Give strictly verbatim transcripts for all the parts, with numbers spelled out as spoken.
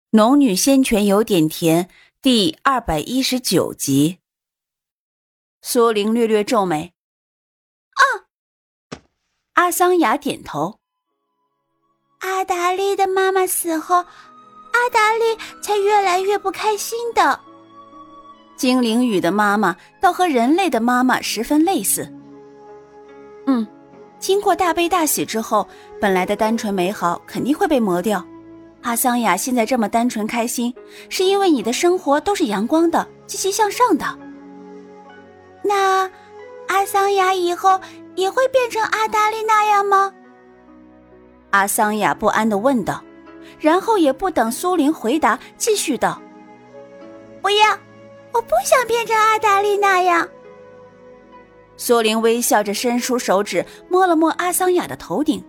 农女仙泉有点甜第二百一十九集。苏玲略略皱眉。 啊！ 阿桑雅点头。 阿达利的妈妈死后，阿达利才越来越不开心的。 精灵语的妈妈倒和人类的妈妈十分类似。嗯，经过大悲大喜之后，本来的单纯美好肯定会被磨掉。阿桑雅现在这么单纯开心，是因为你的生活都是阳光的，积极向上的。 那阿桑雅以后也会变成阿达利那样吗？ 阿桑雅不安地问道，然后也不等苏玲回答，继续道： 不要，我不想变成阿达利那样。 苏玲微笑着伸出手指摸了摸阿桑雅的头顶。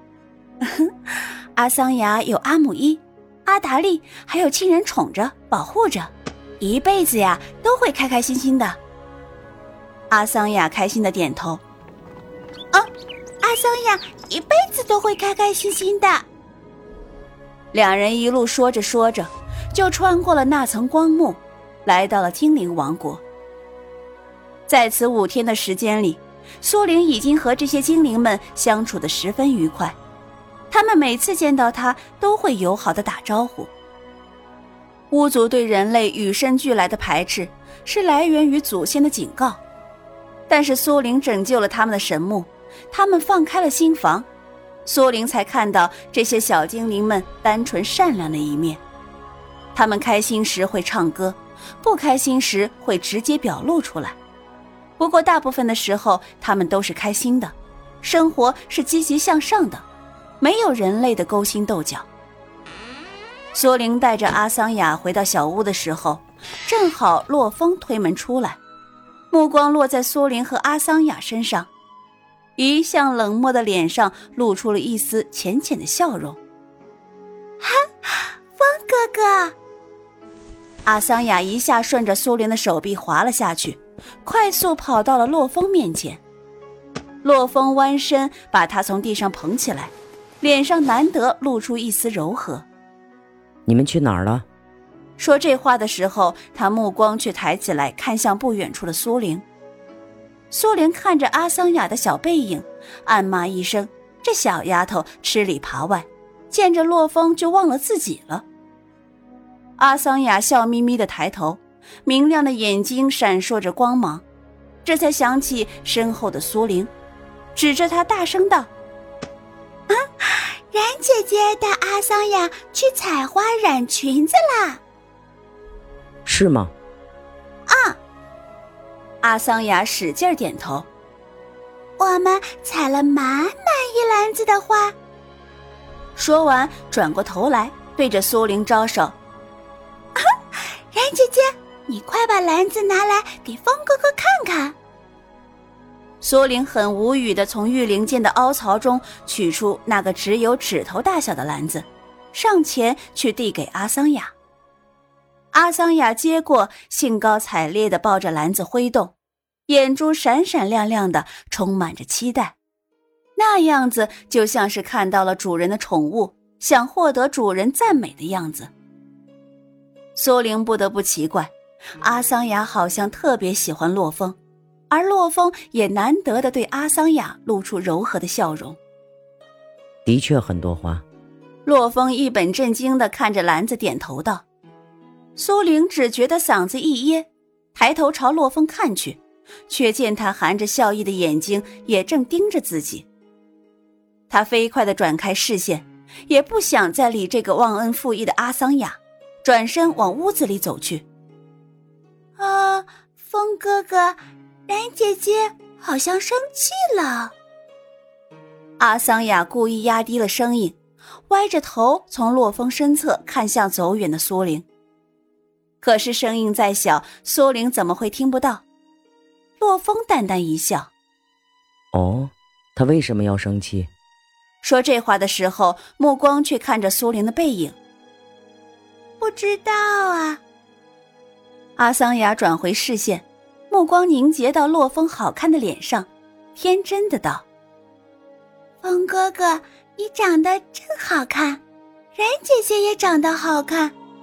阿桑雅有阿姆伊、阿达利，还有亲人宠着保护着，一辈子呀都会开开心心的。阿桑雅开心的点头。 啊，阿桑雅一辈子都会开开心心的。 两人一路说着说着，就穿过了那层光幕，来到了精灵王国。在此五天的时间里，苏玲已经和这些精灵们相处得十分愉快。他们每次见到他都会友好地打招呼。巫族对人类与生俱来的排斥是来源于祖先的警告，但是苏玲拯救了他们的神木，他们放开了心房，苏玲才看到这些小精灵们单纯善良的一面。他们开心时会唱歌，不开心时会直接表露出来。不过大部分的时候他们都是开心的，生活是积极向上的，没有人类的勾心斗角。苏玲带着阿桑雅回到小屋的时候，正好洛风推门出来，目光落在苏玲和阿桑雅身上，一向冷漠的脸上露出了一丝浅浅的笑容。 哈，风哥哥！ 阿桑雅一下顺着苏玲的手臂滑了下去，快速跑到了洛风面前。洛风弯身把他从地上捧起来，脸上难得露出一丝柔和。 你们去哪儿了？ 说这话的时候，他目光却抬起来看向不远处的苏玲。苏玲看着阿桑雅的小背影，暗骂一声，这小丫头吃里扒外，见着洛风就忘了自己了。阿桑雅笑眯眯地抬头，明亮的眼睛闪烁着光芒，这才想起身后的苏玲，指着她大声道： 啊，冉姐姐带阿桑雅去采花染裙子啦。 是吗？ 啊！ 阿桑雅使劲点头。 我们采了满满一篮子的花。 说完转过头来对着苏玲招手： 啊，冉姐姐，你快把篮子拿来给风哥哥看看。 苏玲很无语地从玉灵剑的凹槽中取出那个只有指头大小的篮子，上前去递给阿桑雅。阿桑雅接过，兴高采烈地抱着篮子挥动，眼珠闪闪亮亮的，充满着期待。那样子就像是看到了主人的宠物，想获得主人赞美的样子。苏玲不得不奇怪，阿桑雅好像特别喜欢洛风，而洛风也难得地对阿桑雅露出柔和的笑容。 的确很多花。 洛风一本正经地看着篮子点头道。苏玲只觉得嗓子一噎，抬头朝洛风看去，却见他含着笑意的眼睛也正盯着自己。他飞快地转开视线，也不想再理这个忘恩负义的阿桑雅，转身往屋子里走去。 啊，风哥哥，冉姐姐好像生气了。 阿桑雅故意压低了声音，歪着头从洛风身侧看向走远的苏玲。可是声音再小，苏玲怎么会听不到？洛风淡淡一笑。 哦，他为什么要生气？ 说这话的时候，目光却看着苏玲的背影。 不知道啊。 阿桑雅转回视线，目光凝结到洛风好看的脸上，天真的道： 风哥哥，你长得真好看，冉姐姐也长得好看，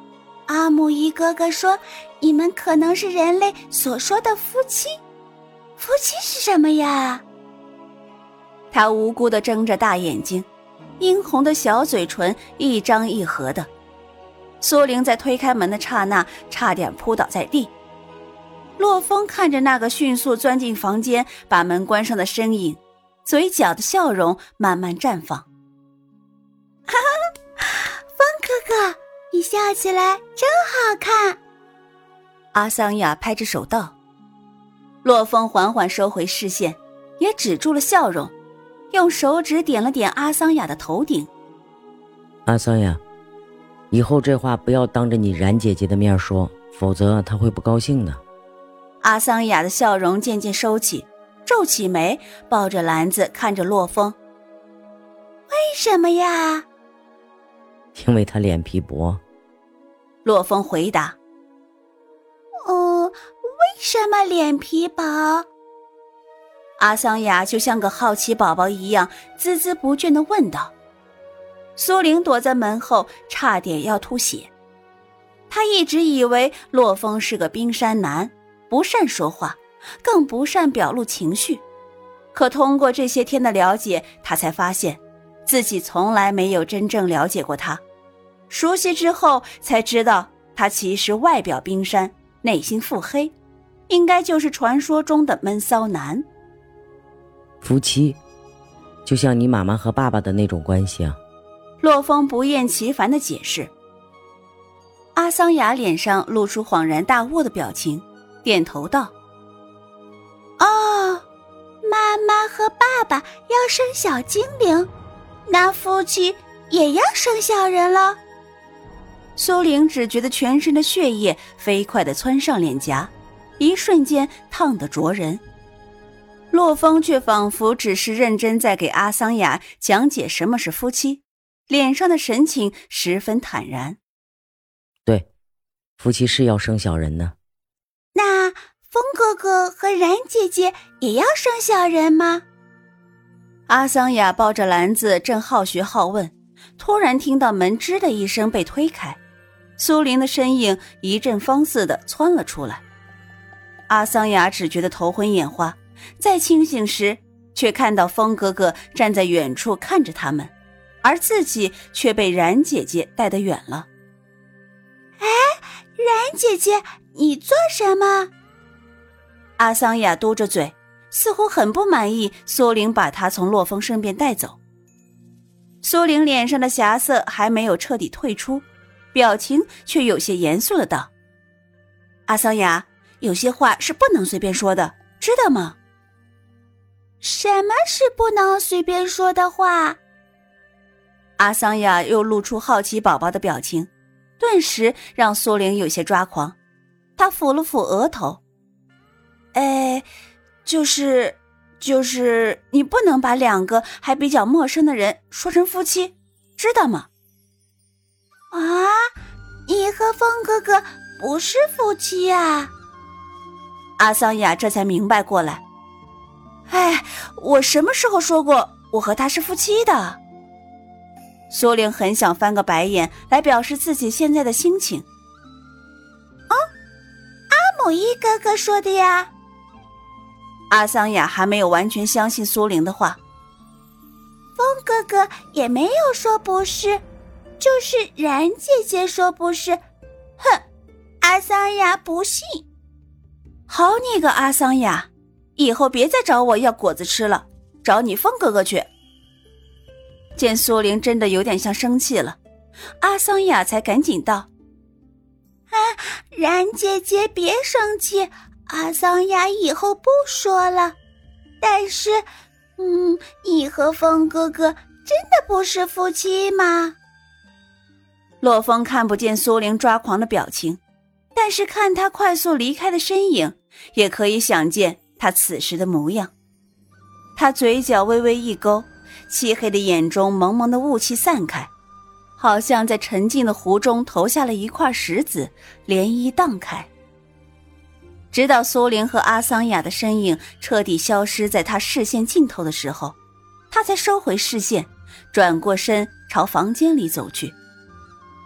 阿木伊哥哥说你们可能是人类所说的夫妻。夫妻是什么呀？ 他无辜地睁着大眼睛，殷红的小嘴唇一张一合的。苏玲在推开门的刹那差点扑倒在地。洛风看着那个迅速钻进房间把门关上的身影，嘴角的笑容慢慢绽放。 哈哈，风哥哥，你笑起来真好看。 阿桑雅拍着手道。洛风缓缓收回视线，也止住了笑容，用手指点了点阿桑雅的头顶。 阿桑雅，以后这话不要当着你冉姐姐的面说，否则她会不高兴的。 阿桑雅的笑容渐渐收起，皱起眉，抱着篮子看着洛风。 为什么呀？ 因为她脸皮薄。 洛风回答。 哦，为什么脸皮薄？ 阿桑雅就像个好奇宝宝一样孜孜不倦地问道。苏玲躲在门后差点要吐血。她一直以为洛风是个冰山男，不善说话，更不善表露情绪。可通过这些天的了解，她才发现自己从来没有真正了解过他。熟悉之后才知道，他其实外表冰山，内心腹黑，应该就是传说中的闷骚男。 夫妻，就像你妈妈和爸爸的那种关系啊。 洛风不厌其烦地解释。阿桑雅脸上露出恍然大悟的表情，点头道： 哦，妈妈和爸爸要生小精灵，那夫妻也要生小人了。 苏玲只觉得全身的血液飞快地窜上脸颊，一瞬间烫得灼人。洛风却仿佛只是认真在给阿桑雅讲解什么是夫妻，脸上的神情十分坦然。 对，夫妻是要生小人的。 那风哥哥和冉姐姐也要生小人吗？ 阿桑雅抱着篮子正好学好问，突然听到门吱的一声被推开，苏玲的身影一阵风似的窜了出来。阿桑雅只觉得头昏眼花，再清醒时却看到风哥哥站在远处看着他们，而自己却被冉姐姐带得远了。 哎，冉姐姐，你做什么？ 阿桑雅嘟着嘴，似乎很不满意苏玲把她从洛风身边带走。苏玲脸上的霞色还没有彻底退出，表情却有些严肃的道：阿桑雅，有些话是不能随便说的，知道吗？ 什么是不能随便说的话？ 阿桑雅又露出好奇宝宝的表情，顿时让苏玲有些抓狂。她抚了抚额头，哎，就是就是你不能把两个还比较陌生的人说成夫妻，知道吗？ 啊，你和风哥哥不是夫妻啊？ 阿桑雅这才明白过来。哎，我什么时候说过我和他是夫妻的？苏玲很想翻个白眼来表示自己现在的心情。 哦，阿姆伊哥哥说的呀。 阿桑雅还没有完全相信苏玲的话。 风哥哥也没有说不是，就是冉姐姐说不是。哼，阿桑雅不信。 好你个阿桑雅，以后别再找我要果子吃了，找你风哥哥去。见苏玲真的有点像生气了，阿桑雅才赶紧道： 啊，冉姐姐别生气，阿桑雅以后不说了。但是，嗯，你和风哥哥真的不是夫妻吗？ 洛风看不见苏玲抓狂的表情，但是看他快速离开的身影，也可以想见他此时的模样。他嘴角微微一勾，漆黑的眼中蒙蒙的雾气散开，好像在沉静的湖中投下了一块石子，涟漪荡开。直到苏玲和阿桑雅的身影彻底消失在他视线尽头的时候，他才收回视线，转过身朝房间里走去。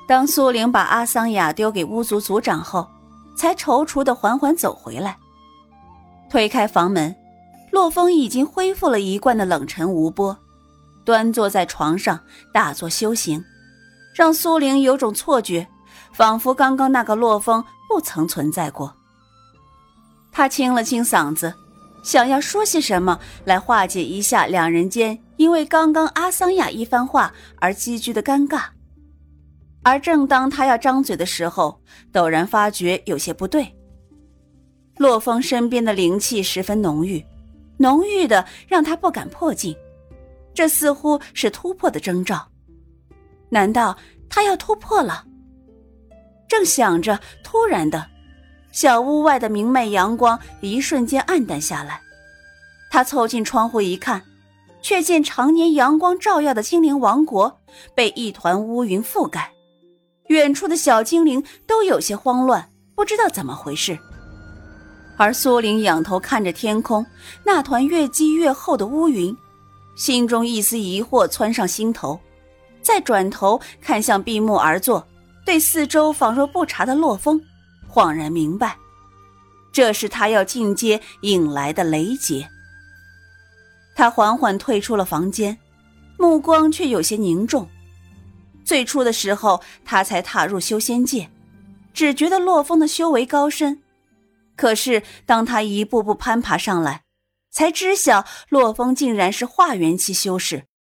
当苏玲把阿桑雅丢给巫族族长后，才踌躇地缓缓走回来。推开房门，洛风已经恢复了一贯的冷沉无波，端坐在床上大作修行，让苏玲有种错觉，仿佛刚刚那个洛风不曾存在过。他清了清嗓子，想要说些什么来化解一下两人间因为刚刚阿桑雅一番话而积聚的尴尬。而正当他要张嘴的时候，陡然发觉有些不对。洛风身边的灵气十分浓郁，浓郁的让他不敢迫近，这似乎是突破的征兆。难道他要突破了？正想着，突然的，小屋外的明媚阳光一瞬间暗淡下来。他凑近窗户一看，却见常年阳光照耀的精灵王国被一团乌云覆盖，远处的小精灵都有些慌乱，不知道怎么回事。而苏玲仰头看着天空，那团越积越厚的乌云，心中一丝疑惑窜上心头，再转头看向闭目而坐，对四周仿若不察的洛风，恍然明白，这是他要进阶引来的雷劫。他缓缓退出了房间，目光却有些凝重。最初的时候，他才踏入修仙界，只觉得洛风的修为高深，可是当他一步步攀爬上来，才知晓洛风竟然是化元期修士，